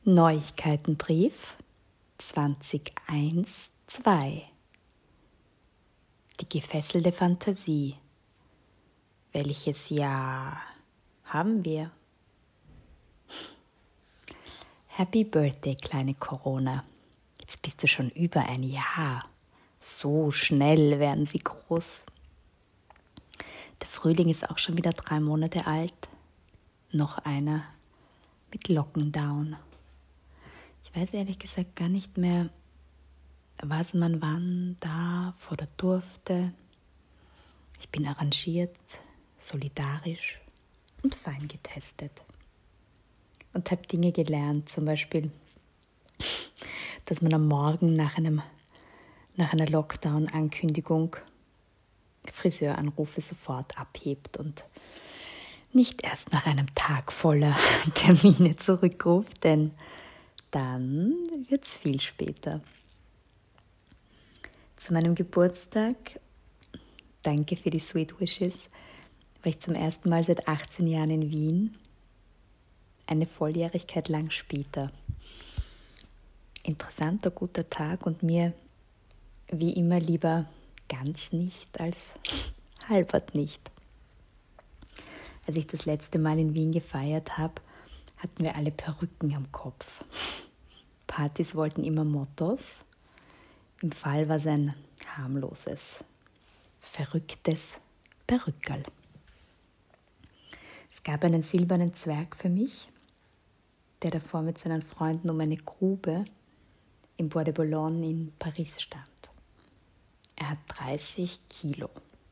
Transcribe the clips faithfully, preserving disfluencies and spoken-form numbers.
Neuigkeitenbrief zwanzig zwölf. Die gefesselte Fantasie. Welches Jahr haben wir? Happy Birthday, kleine Corona. Jetzt bist du schon über ein Jahr. So schnell werden sie groß. Der Frühling ist auch schon wieder drei Monate alt. Noch einer mit Lockendown. Ich weiß ehrlich gesagt gar nicht mehr, was man wann darf oder durfte. Ich bin arrangiert, solidarisch und fein getestet. Und habe Dinge gelernt, zum Beispiel, dass man am Morgen nach, einem, nach einer Lockdown-Ankündigung Friseuranrufe sofort abhebt und nicht erst nach einem Tag voller Termine zurückruft, denn dann wird es viel später. Zu meinem Geburtstag, danke für die Sweet Wishes, war ich zum ersten Mal seit achtzehn Jahren in Wien, eine Volljährigkeit lang später. Interessanter, guter Tag und mir wie immer lieber ganz nicht als halbert nicht. Als ich das letzte Mal in Wien gefeiert habe, hatten wir alle Perücken am Kopf. Partys wollten immer Mottos. Im Fall war es ein harmloses, verrücktes Perückerl. Es gab einen silbernen Zwerg für mich, der davor mit seinen Freunden um eine Grube im Bois de Boulogne in Paris stand. Er hat dreißig Kilo.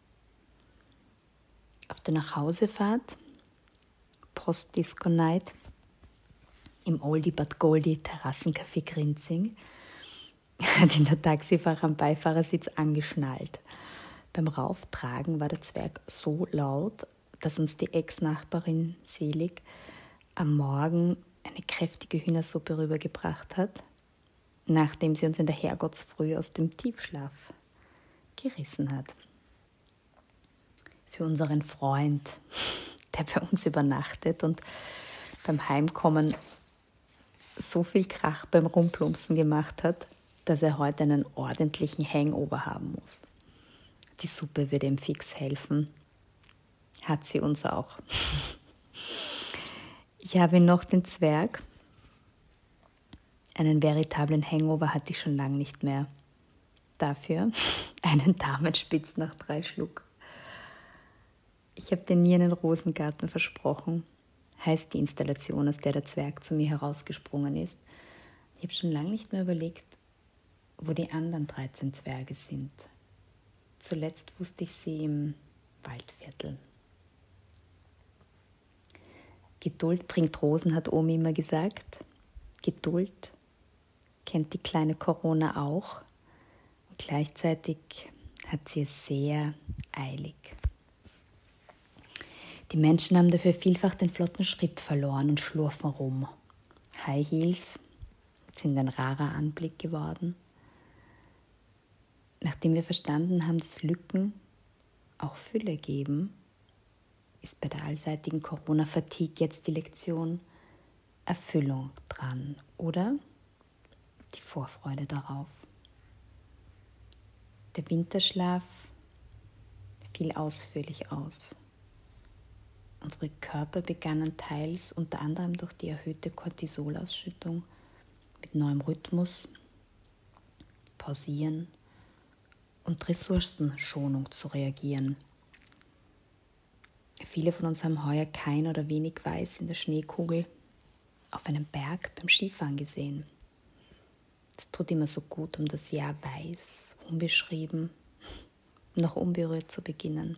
Auf der Nachhausefahrt, Post-Disco-Night, im Oldie but Goldie Terrassencafé Grinzing, hat ihn der Taxifahrer am Beifahrersitz angeschnallt. Beim Rauftragen war der Zwerg so laut, dass uns die Ex-Nachbarin Selig am Morgen eine kräftige Hühnersuppe rübergebracht hat, nachdem sie uns in der Herrgottsfrüh aus dem Tiefschlaf gerissen hat. Für unseren Freund, der bei uns übernachtet und beim Heimkommen so viel Krach beim Rumplumpsen gemacht hat, dass er heute einen ordentlichen Hangover haben muss. Die Suppe würde ihm fix helfen. Hat sie uns auch. Ich habe noch den Zwerg. Einen veritablen Hangover hatte ich schon lange nicht mehr. Dafür einen Damenspitz nach drei Schluck. Ich habe dir nie einen Rosengarten versprochen, heißt die Installation, aus der der Zwerg zu mir herausgesprungen ist. Ich habe schon lange nicht mehr überlegt, wo die anderen dreizehn Zwerge sind. Zuletzt wusste ich sie im Waldviertel. Geduld bringt Rosen, hat Omi immer gesagt. Geduld kennt die kleine Corona auch. Und gleichzeitig hat sie es sehr eilig. Die Menschen haben dafür vielfach den flotten Schritt verloren und schlurfen rum. High Heels sind ein rarer Anblick geworden. Nachdem wir verstanden haben, dass Lücken auch Fülle geben, ist bei der allseitigen Corona-Fatigue jetzt die Lektion Erfüllung dran oder die Vorfreude darauf. Der Winterschlaf fiel ausführlich aus. Unsere Körper begannen teils unter anderem durch die erhöhte Cortisolausschüttung mit neuem Rhythmus, Pausieren und Ressourcenschonung zu reagieren. Viele von uns haben heuer kein oder wenig Weiß in der Schneekugel auf einem Berg beim Skifahren gesehen. Es tut immer so gut, um das Jahr weiß, unbeschrieben, noch unberührt zu beginnen.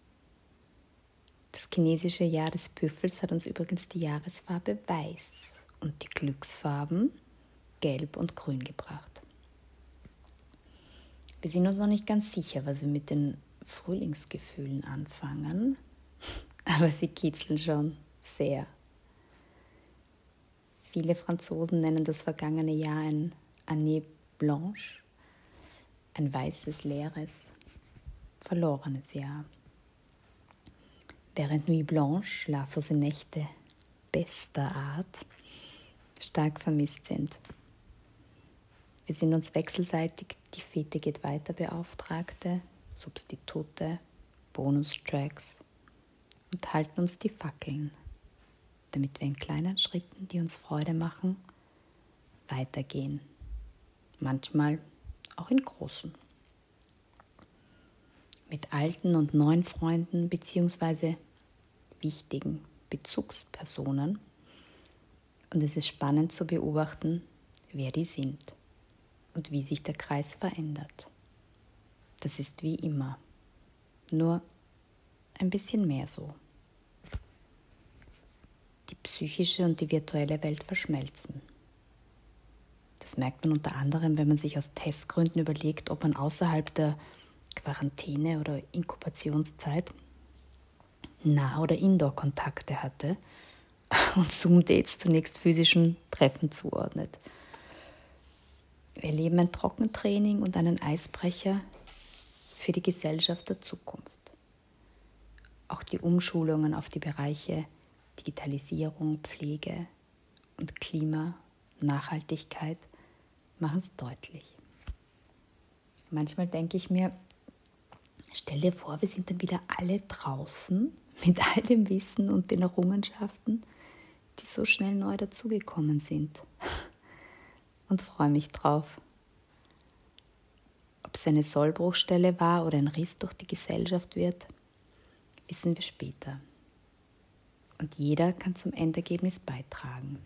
Das chinesische Jahr des Büffels hat uns übrigens die Jahresfarbe Weiß und die Glücksfarben Gelb und Grün gebracht. Wir sind uns noch nicht ganz sicher, was wir mit den Frühlingsgefühlen anfangen, aber sie kitzeln schon sehr. Viele Franzosen nennen das vergangene Jahr ein Année Blanche, ein weißes, leeres, verlorenes Jahr. Während Nuit Blanche, schlaflose Nächte bester Art, stark vermisst sind. Wir sind uns wechselseitig die Fete geht weiter Beauftragte, Substitute, Bonustracks und halten uns die Fackeln, damit wir in kleinen Schritten, die uns Freude machen, weitergehen. Manchmal auch in großen. Mit alten und neuen Freunden bzw. wichtigen Bezugspersonen. Und es ist spannend zu beobachten, wer die sind und wie sich der Kreis verändert. Das ist wie immer, nur ein bisschen mehr so. Die psychische und die virtuelle Welt verschmelzen. Das merkt man unter anderem, wenn man sich aus Testgründen überlegt, ob man außerhalb der Quarantäne oder Inkubationszeit Nah- oder Indoor-Kontakte hatte und Zoom-Dates zunächst physischen Treffen zuordnet. Wir erleben ein Trockentraining und einen Eisbrecher für die Gesellschaft der Zukunft. Auch die Umschulungen auf die Bereiche Digitalisierung, Pflege und Klima, Nachhaltigkeit machen es deutlich. Manchmal denke ich mir, stell dir vor, wir sind dann wieder alle draußen mit all dem Wissen und den Errungenschaften, die so schnell neu dazugekommen sind. Und freue mich drauf. Ob es eine Sollbruchstelle war oder ein Riss durch die Gesellschaft wird, wissen wir später. Und jeder kann zum Endergebnis beitragen.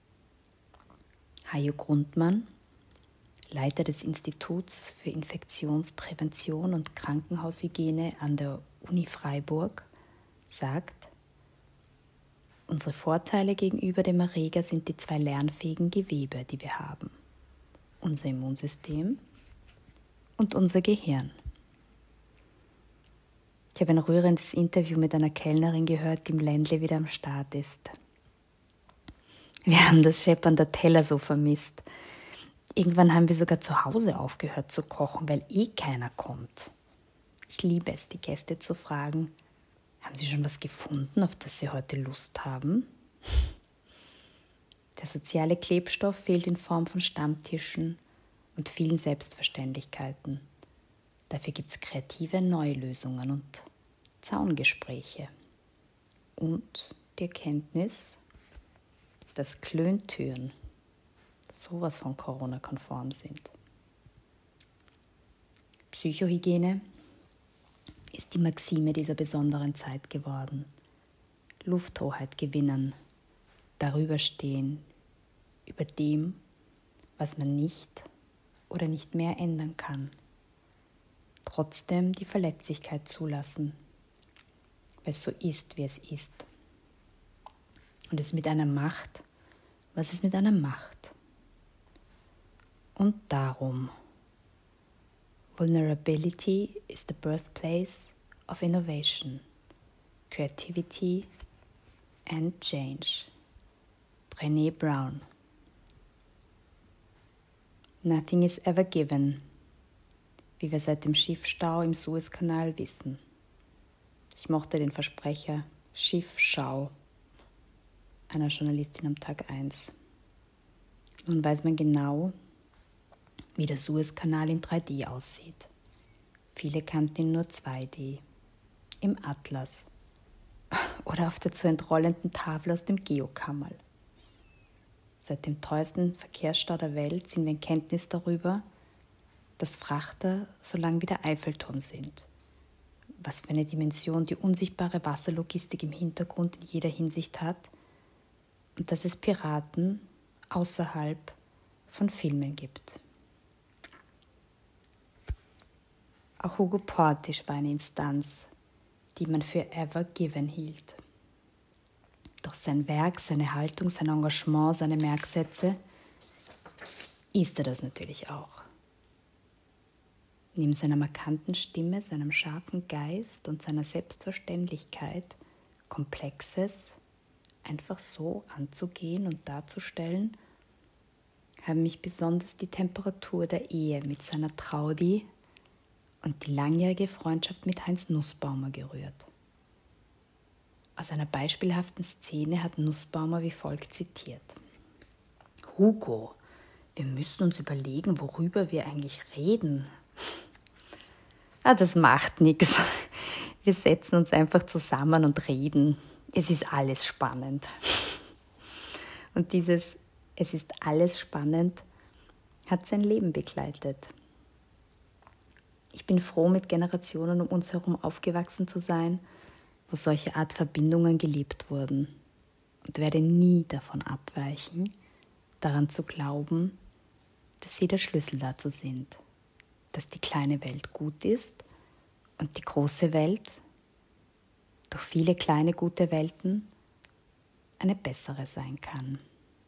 Hajo Grundmann, Leiter des Instituts für Infektionsprävention und Krankenhaushygiene an der Uni Freiburg, sagt, unsere Vorteile gegenüber dem Erreger sind die zwei lernfähigen Gewebe, die wir haben. Unser Immunsystem und unser Gehirn. Ich habe ein rührendes Interview mit einer Kellnerin gehört, die im Ländle wieder am Start ist. Wir haben das Scheppern der Teller so vermisst. Irgendwann haben wir sogar zu Hause aufgehört zu kochen, weil eh keiner kommt. Ich liebe es, die Gäste zu fragen, haben Sie schon was gefunden, auf das Sie heute Lust haben? Der soziale Klebstoff fehlt in Form von Stammtischen und vielen Selbstverständlichkeiten. Dafür gibt es kreative neue Lösungen und Zaungespräche. Und die Erkenntnis, dass Klöntüren sowas von Corona-konform sind. Psychohygiene ist die Maxime dieser besonderen Zeit geworden. Lufthoheit gewinnen, darüber stehen, über dem, was man nicht oder nicht mehr ändern kann. Trotzdem die Verletzlichkeit zulassen, weil es so ist, wie es ist. Und es mit einer Macht, was ist mit einer Macht? Und darum, Vulnerability is the birthplace of innovation, creativity and change. Brené Brown. Nothing is ever given, wie wir seit dem Schiffstau im Suezkanal wissen. Ich mochte den Versprecher Schiffschau einer Journalistin am Tag eins. Nun weiß man genau, wie der Suezkanal in drei D aussieht. Viele kannten ihn nur zwei D. Im Atlas oder auf der zu entrollenden Tafel aus dem Geokammerl. Seit dem teuersten Verkehrsstau der Welt sind wir in Kenntnis darüber, dass Frachter so lang wie der Eiffelturm sind. Was für eine Dimension die unsichtbare Wasserlogistik im Hintergrund in jeder Hinsicht hat und dass es Piraten außerhalb von Filmen gibt. Auch Hugo Portisch war eine Instanz, die man für ever given hielt. Doch sein Werk, seine Haltung, sein Engagement, seine Merksätze ist er das natürlich auch. Neben seiner markanten Stimme, seinem scharfen Geist und seiner Selbstverständlichkeit, Komplexes einfach so anzugehen und darzustellen, haben mich besonders die Temperatur der Ehe mit seiner Traudi und die langjährige Freundschaft mit Heinz Nussbaumer gerührt. Aus einer beispielhaften Szene hat Nussbaumer wie folgt zitiert. Hugo, wir müssen uns überlegen, worüber wir eigentlich reden. Ah, das macht nichts. Wir setzen uns einfach zusammen und reden. Es ist alles spannend. Und dieses Es ist alles spannend hat sein Leben begleitet. Ich bin froh, mit Generationen um uns herum aufgewachsen zu sein, wo solche Art Verbindungen gelebt wurden, und werde nie davon abweichen, daran zu glauben, dass sie der Schlüssel dazu sind, dass die kleine Welt gut ist und die große Welt durch viele kleine gute Welten eine bessere sein kann.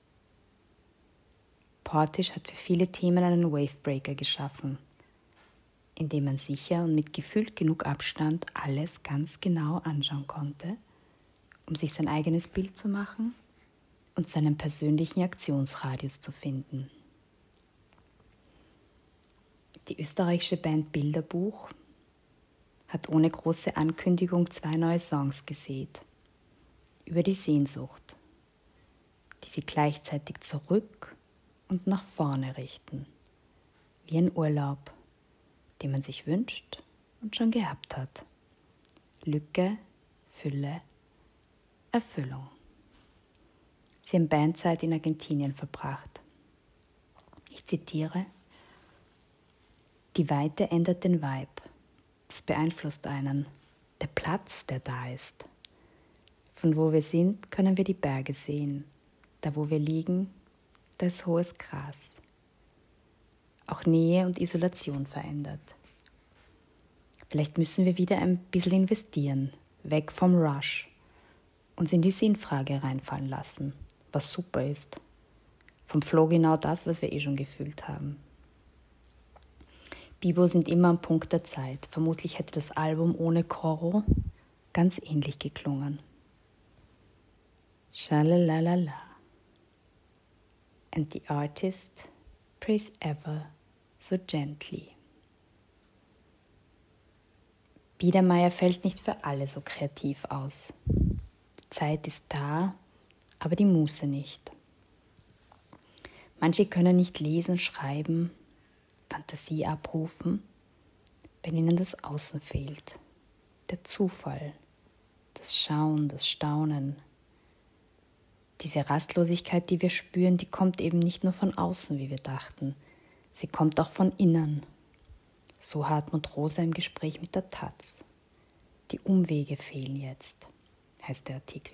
Portisch hat für viele Themen einen Wavebreaker geschaffen, in dem man sicher und mit gefühlt genug Abstand alles ganz genau anschauen konnte, um sich sein eigenes Bild zu machen und seinen persönlichen Aktionsradius zu finden. Die österreichische Band Bilderbuch hat ohne große Ankündigung zwei neue Songs gesät, über die Sehnsucht, die sie gleichzeitig zurück und nach vorne richten, wie ein Urlaub, den man sich wünscht und schon gehabt hat. Lücke, Fülle, Erfüllung. Sie haben Bandzeit in Argentinien verbracht. Ich zitiere: Die Weite ändert den Vibe. Das beeinflusst einen. Der Platz, der da ist. Von wo wir sind, können wir die Berge sehen. Da, wo wir liegen, da ist hohes Gras. Auch Nähe und Isolation verändert. Vielleicht müssen wir wieder ein bisschen investieren, weg vom Rush, uns in die Sinnfrage reinfallen lassen, was super ist. Vom Flow genau das, was wir eh schon gefühlt haben. Bibo sind immer am Punkt der Zeit. Vermutlich hätte das Album ohne Koro ganz ähnlich geklungen. Schalalala. And the artist prays ever so gently. Biedermeier fällt nicht für alle so kreativ aus. Die Zeit ist da, aber die Muße nicht. Manche können nicht lesen, schreiben, Fantasie abrufen, wenn ihnen das Außen fehlt. Der Zufall, das Schauen, das Staunen. Diese Rastlosigkeit, die wir spüren, die kommt eben nicht nur von außen, wie wir dachten. Sie kommt auch von innen. So Hartmut Rosa im Gespräch mit der Taz. Die Umwege fehlen jetzt, heißt der Artikel.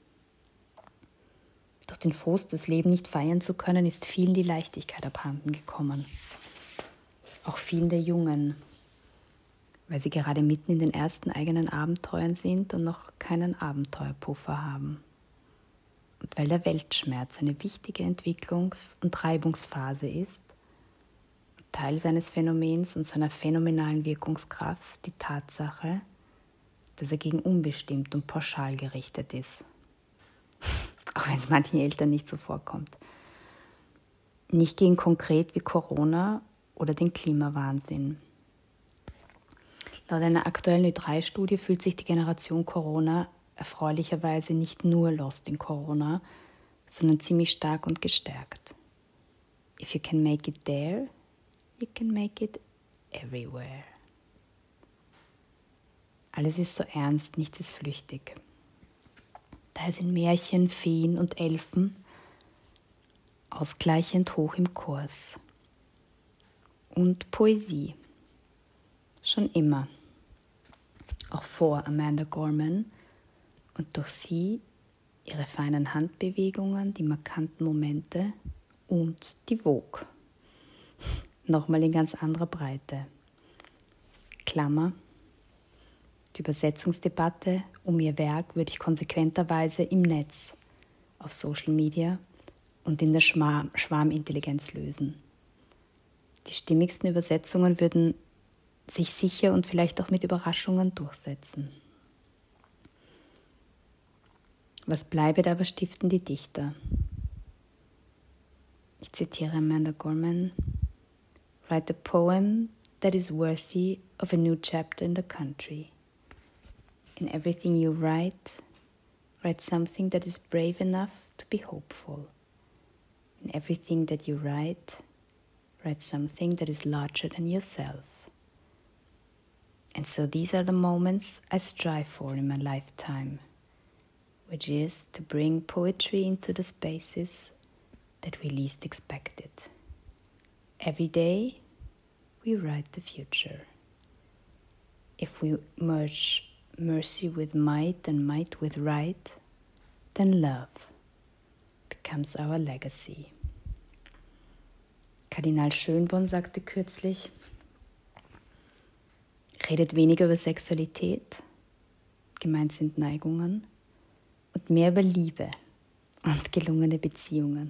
Durch den Frust, das Leben nicht feiern zu können, ist vielen die Leichtigkeit abhanden gekommen. Auch vielen der Jungen, weil sie gerade mitten in den ersten eigenen Abenteuern sind und noch keinen Abenteuerpuffer haben. Und weil der Weltschmerz eine wichtige Entwicklungs- und Reibungsphase ist, Teil seines Phänomens und seiner phänomenalen Wirkungskraft die Tatsache, dass er gegen unbestimmt und pauschal gerichtet ist. Auch wenn es manchen Eltern nicht so vorkommt. Nicht gegen konkret wie Corona oder den Klimawahnsinn. Laut einer aktuellen Ö drei Studie fühlt sich die Generation Corona erfreulicherweise nicht nur lost in Corona, sondern ziemlich stark und gestärkt. If you can make it there, you can make it everywhere. Alles ist so ernst, nichts ist flüchtig. Daher sind Märchen, Feen und Elfen ausgleichend hoch im Kurs. Und Poesie. Schon immer. Auch vor Amanda Gorman. Und durch sie, ihre feinen Handbewegungen, die markanten Momente und die Vogue. Nochmal in ganz anderer Breite. Klammer. Die Übersetzungsdebatte um ihr Werk würde ich konsequenterweise im Netz, auf Social Media und in der Schwarm- Schwarmintelligenz lösen. Die stimmigsten Übersetzungen würden sich sicher und vielleicht auch mit Überraschungen durchsetzen. Was bleibet aber stiften die Dichter. Ich zitiere Amanda Gorman: Write a poem that is worthy of a new chapter in the country. In everything you write, write something that is brave enough to be hopeful. In everything that you write, write something that is larger than yourself. And so these are the moments I strive for in my lifetime, which is to bring poetry into the spaces that we least expect it. Every day, we write the future. If we merge mercy with might and might with right, then love becomes our legacy. Kardinal Schönborn sagte kürzlich, redet weniger über Sexualität, gemeint sind Neigungen, und mehr über Liebe und gelungene Beziehungen.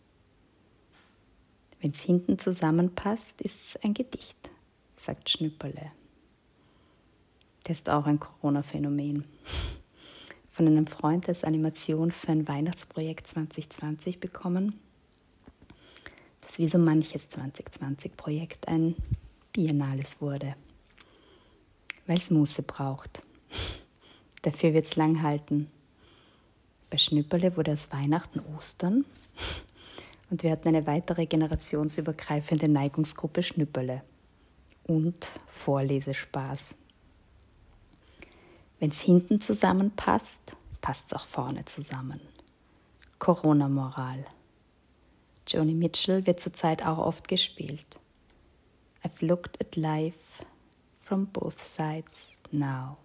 Wenn es hinten zusammenpasst, ist es ein Gedicht, sagt Schnüpperle. Das ist auch ein Corona-Phänomen. Von einem Freund als Animation für ein Weihnachtsprojekt zwanzig zwanzig bekommen, das wie so manches zwanzig zwanzig-Projekt ein Biennales wurde, weil es Muße braucht. Dafür wird es lang halten. Bei Schnüpperle wurde es Weihnachten, Ostern und wir hatten eine weitere generationsübergreifende Neigungsgruppe Schnüpperle und Vorlesespaß. Wenn es hinten zusammenpasst, passt es auch vorne zusammen. Corona-Moral. Joni Mitchell wird zurzeit auch oft gespielt. I've looked at life from both sides now.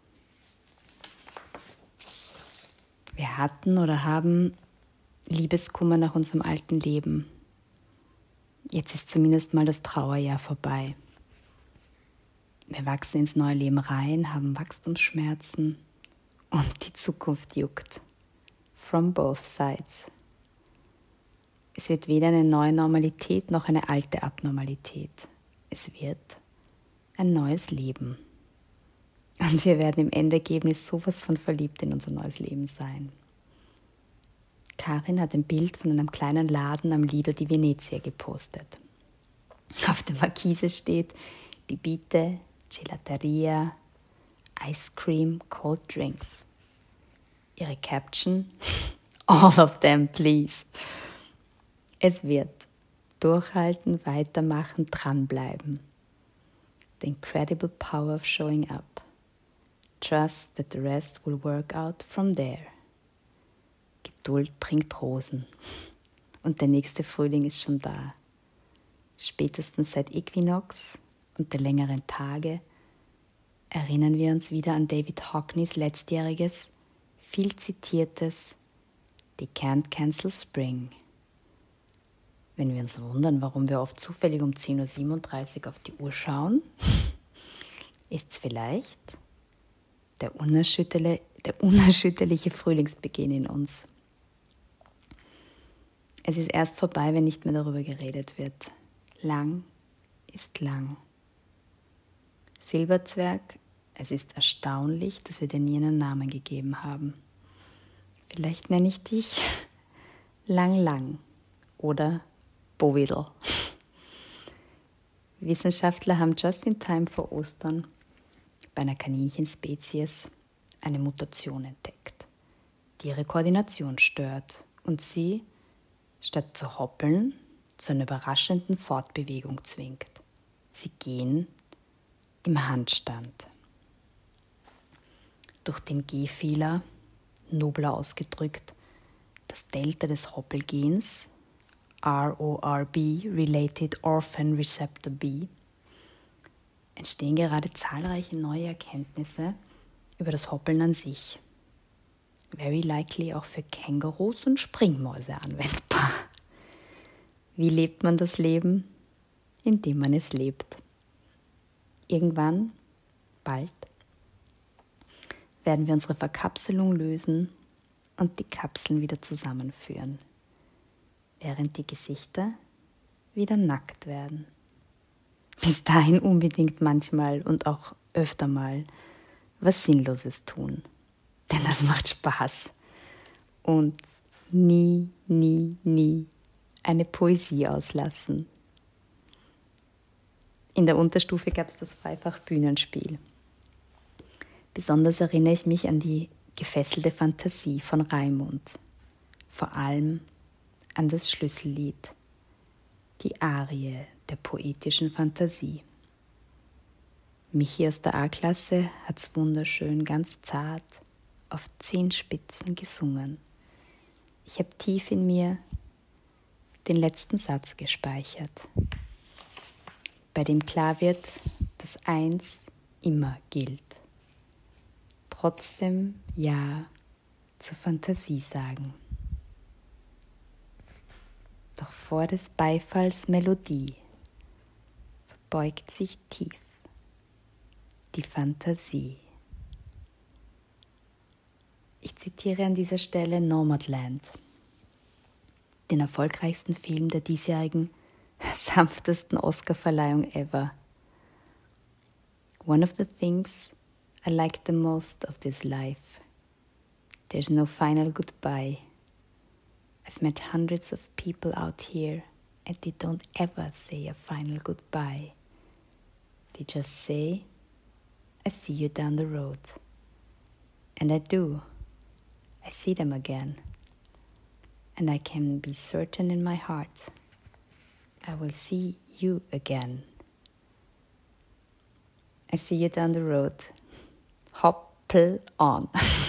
Wir hatten oder haben Liebeskummer nach unserem alten Leben. Jetzt ist zumindest mal das Trauerjahr vorbei. Wir wachsen ins neue Leben rein, haben Wachstumsschmerzen und die Zukunft juckt. From both sides. Es wird weder eine neue Normalität noch eine alte Abnormalität. Es wird ein neues Leben. Und wir werden im Endergebnis sowas von verliebt in unser neues Leben sein. Karin hat ein Bild von einem kleinen Laden am Lido di Venezia gepostet. Auf der Markise steht Bibite, Gelateria, Ice Cream, Cold Drinks. Ihre Caption: All of them, please. Es wird durchhalten, weitermachen, dranbleiben. The incredible power of showing up. Trust that the rest will work out from there. Geduld bringt Rosen. Und der nächste Frühling ist schon da. Spätestens seit Äquinox und der längeren Tage erinnern wir uns wieder an David Hockneys letztjähriges, viel zitiertes They can't cancel spring. Wenn wir uns wundern, warum wir oft zufällig um zehn Uhr siebenunddreißig auf die Uhr schauen, ist es vielleicht der unerschütterliche, der unerschütterliche Frühlingsbeginn in uns. Es ist erst vorbei, wenn nicht mehr darüber geredet wird. Lang ist lang. Silberzwerg, es ist erstaunlich, dass wir dir nie einen Namen gegeben haben. Vielleicht nenne ich dich Lang Lang oder Bovidel. Wissenschaftler haben just in time vor Ostern bei einer Kaninchenspezies eine Mutation entdeckt, die ihre Koordination stört und sie, statt zu hoppeln, zu einer überraschenden Fortbewegung zwingt. Sie gehen im Handstand. Durch den Gehfehler, nobler ausgedrückt, das Delta des Hoppelgens, R O R B, Related Orphan Receptor B, entstehen gerade zahlreiche neue Erkenntnisse über das Hoppeln an sich. Very likely auch für Kängurus und Springmäuse anwendbar. Wie lebt man das Leben? Indem man es lebt. Irgendwann, bald, werden wir unsere Verkapselung lösen und die Kapseln wieder zusammenführen, während die Gesichter wieder nackt werden. Bis dahin unbedingt manchmal und auch öfter mal was Sinnloses tun, denn das macht Spaß. Und nie, nie, nie eine Poesie auslassen. In der Unterstufe gab es das Freifach-Bühnenspiel. Besonders erinnere ich mich an die gefesselte Fantasie von Raimund. Vor allem an das Schlüssellied, die Arie der poetischen Fantasie. Michi aus der A-Klasse hat's wunderschön, ganz zart, auf Zehenspitzen gesungen. Ich habe tief in mir den letzten Satz gespeichert, bei dem klar wird, dass eins immer gilt. Trotzdem Ja zur Fantasie sagen. Doch vor des Beifalls Melodie verbeugt sich tief die Fantasie. Ich zitiere an dieser Stelle Nomadland, den erfolgreichsten Film der diesjährigen sanftesten Oscarverleihung ever. One of the things I like the most of this life. There's no final goodbye. I've met hundreds of people out here and they don't ever say a final goodbye. They just say, I see you down the road. And I do. I see them again. And I can be certain in my heart, I will see you again. I see you down the road. Hoppel on.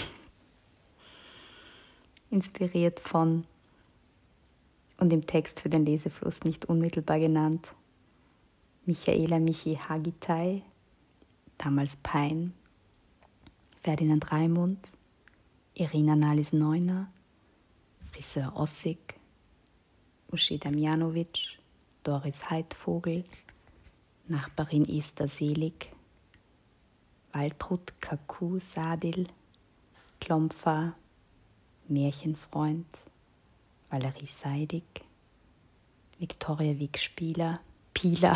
Inspiriert von und im Text für den Lesefluss nicht unmittelbar genannt Michaela Michi Hagitay, damals Pein, Ferdinand Raimund, Irina Nalis-Neuner, Friseur Ossig, Uschi Damjanovic, Doris Heidvogel, Nachbarin Esther Selig, Waltrud Kaku Sadil, Klompfer, Märchenfreund, Valerie Seidig, Viktoria Wigspieler, Pieler,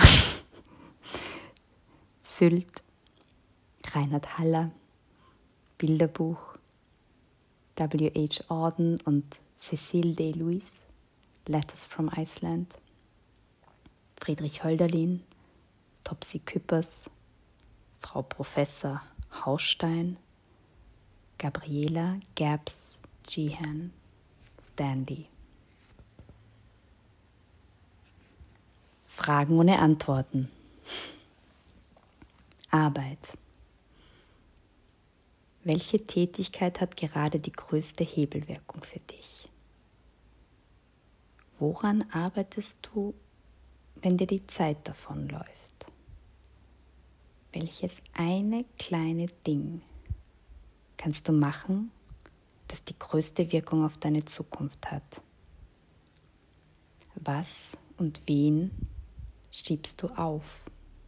Sylt, Reinhard Haller, Bilderbuch, W H Auden und Cecile D. Louis, Letters from Iceland, Friedrich Hölderlin, Topsy Küppers, Frau Professor Hausstein, Gabriela Gerbs Jehan Stanley. Fragen ohne Antworten. Arbeit. Welche Tätigkeit hat gerade die größte Hebelwirkung für dich? Woran arbeitest du, wenn dir die Zeit davonläuft? Welches eine kleine Ding kannst du machen, das die größte Wirkung auf deine Zukunft hat? Was und wen schiebst du auf?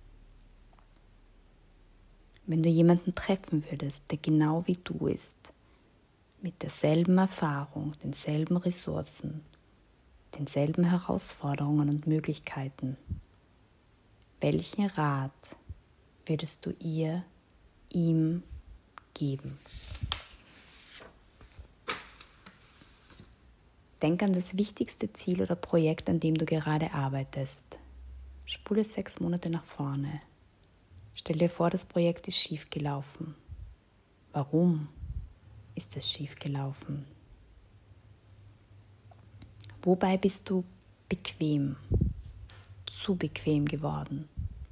Wenn du jemanden treffen würdest, der genau wie du ist, mit derselben Erfahrung, denselben Ressourcen, denselben Herausforderungen und Möglichkeiten, welchen Rat würdest du ihr, ihm geben? Denk an das wichtigste Ziel oder Projekt, an dem du gerade arbeitest. Spule sechs Monate nach vorne. Stell dir vor, das Projekt ist schiefgelaufen. Warum ist es schiefgelaufen? Wobei bist du bequem, zu bequem geworden?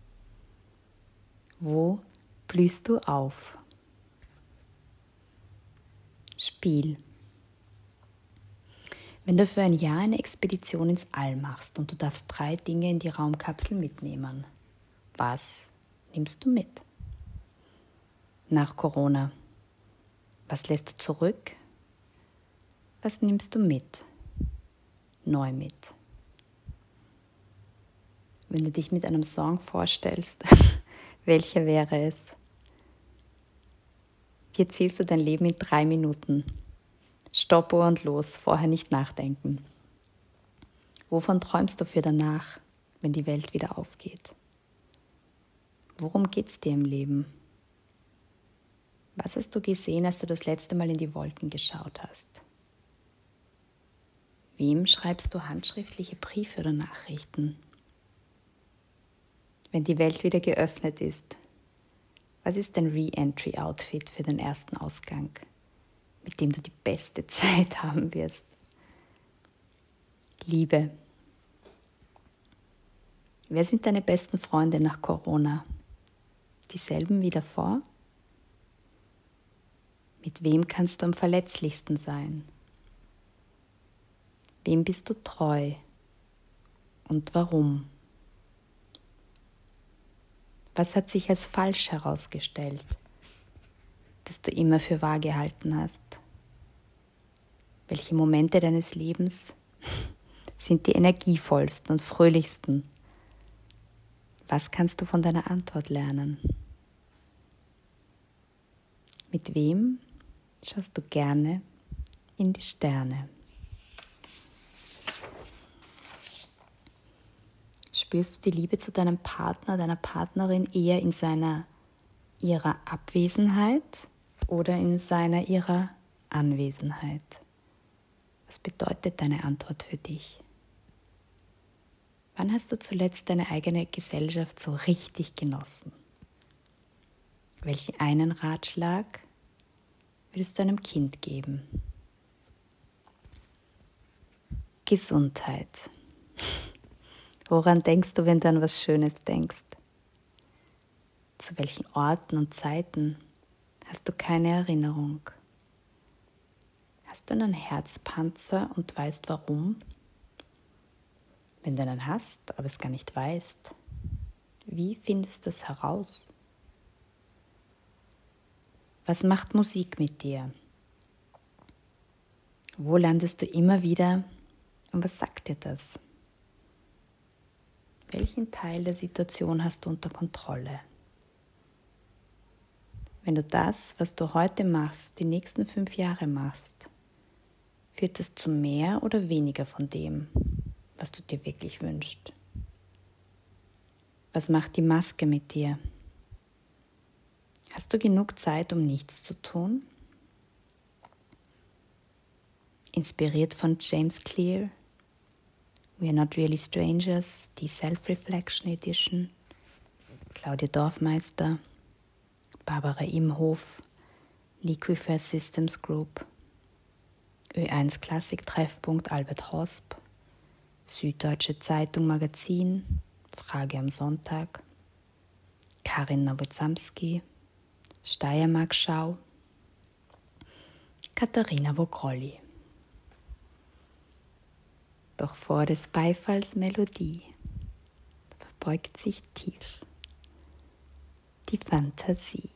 Wo blühst du auf? Spiel. Wenn du für ein Jahr eine Expedition ins All machst und du darfst drei Dinge in die Raumkapsel mitnehmen, was nimmst du mit? Nach Corona, was lässt du zurück? Was nimmst du mit? Neu mit. Wenn du dich mit einem Song vorstellst, welcher wäre es? Wie erzählst du dein Leben in drei Minuten? Stoppuhr und los, vorher nicht nachdenken. Wovon träumst du für danach, wenn die Welt wieder aufgeht? Worum geht's dir im Leben? Was hast du gesehen, als du das letzte Mal in die Wolken geschaut hast? Wem schreibst du handschriftliche Briefe oder Nachrichten? Wenn die Welt wieder geöffnet ist, was ist dein Re-Entry-Outfit für den ersten Ausgang, mit dem du die beste Zeit haben wirst? Liebe. Wer sind deine besten Freunde nach Corona? Dieselben wie davor? Mit wem kannst du am verletzlichsten sein? Wem bist du treu und warum? Was hat sich als falsch herausgestellt, das du immer für wahr gehalten hast? Welche Momente deines Lebens sind die energievollsten und fröhlichsten? Was kannst du von deiner Antwort lernen? Mit wem schaust du gerne in die Sterne? Spürst du die Liebe zu deinem Partner, deiner Partnerin eher in seiner, ihrer Abwesenheit oder in seiner, ihrer Anwesenheit? Was bedeutet deine Antwort für dich? Wann hast du zuletzt deine eigene Gesellschaft so richtig genossen? Welchen einen Ratschlag würdest du einem Kind geben? Gesundheit. Woran denkst du, wenn du an was Schönes denkst? Zu welchen Orten und Zeiten hast du keine Erinnerung? Hast du einen Herzpanzer und weißt warum? Wenn du einen hast, aber es gar nicht weißt, wie findest du es heraus? Was macht Musik mit dir? Wo landest du immer wieder und was sagt dir das? Welchen Teil der Situation hast du unter Kontrolle? Wenn du das, was du heute machst, die nächsten fünf Jahre machst, führt es zu mehr oder weniger von dem, was du dir wirklich wünschst? Was macht die Maske mit dir? Hast du genug Zeit, um nichts zu tun? Inspiriert von James Clear, We Are Not Really Strangers, die Self-Reflection Edition, Claudia Dorfmeister, Barbara Imhof, Liquifair Systems Group, Ö eins Klassik-Treffpunkt Albert Hosp, Süddeutsche Zeitung Magazin, Frage am Sonntag, Karin Nowozamski, Steiermark-Schau, Katharina Vogrolli. Doch vor des Beifalls Melodie verbeugt sich tief die Fantasie.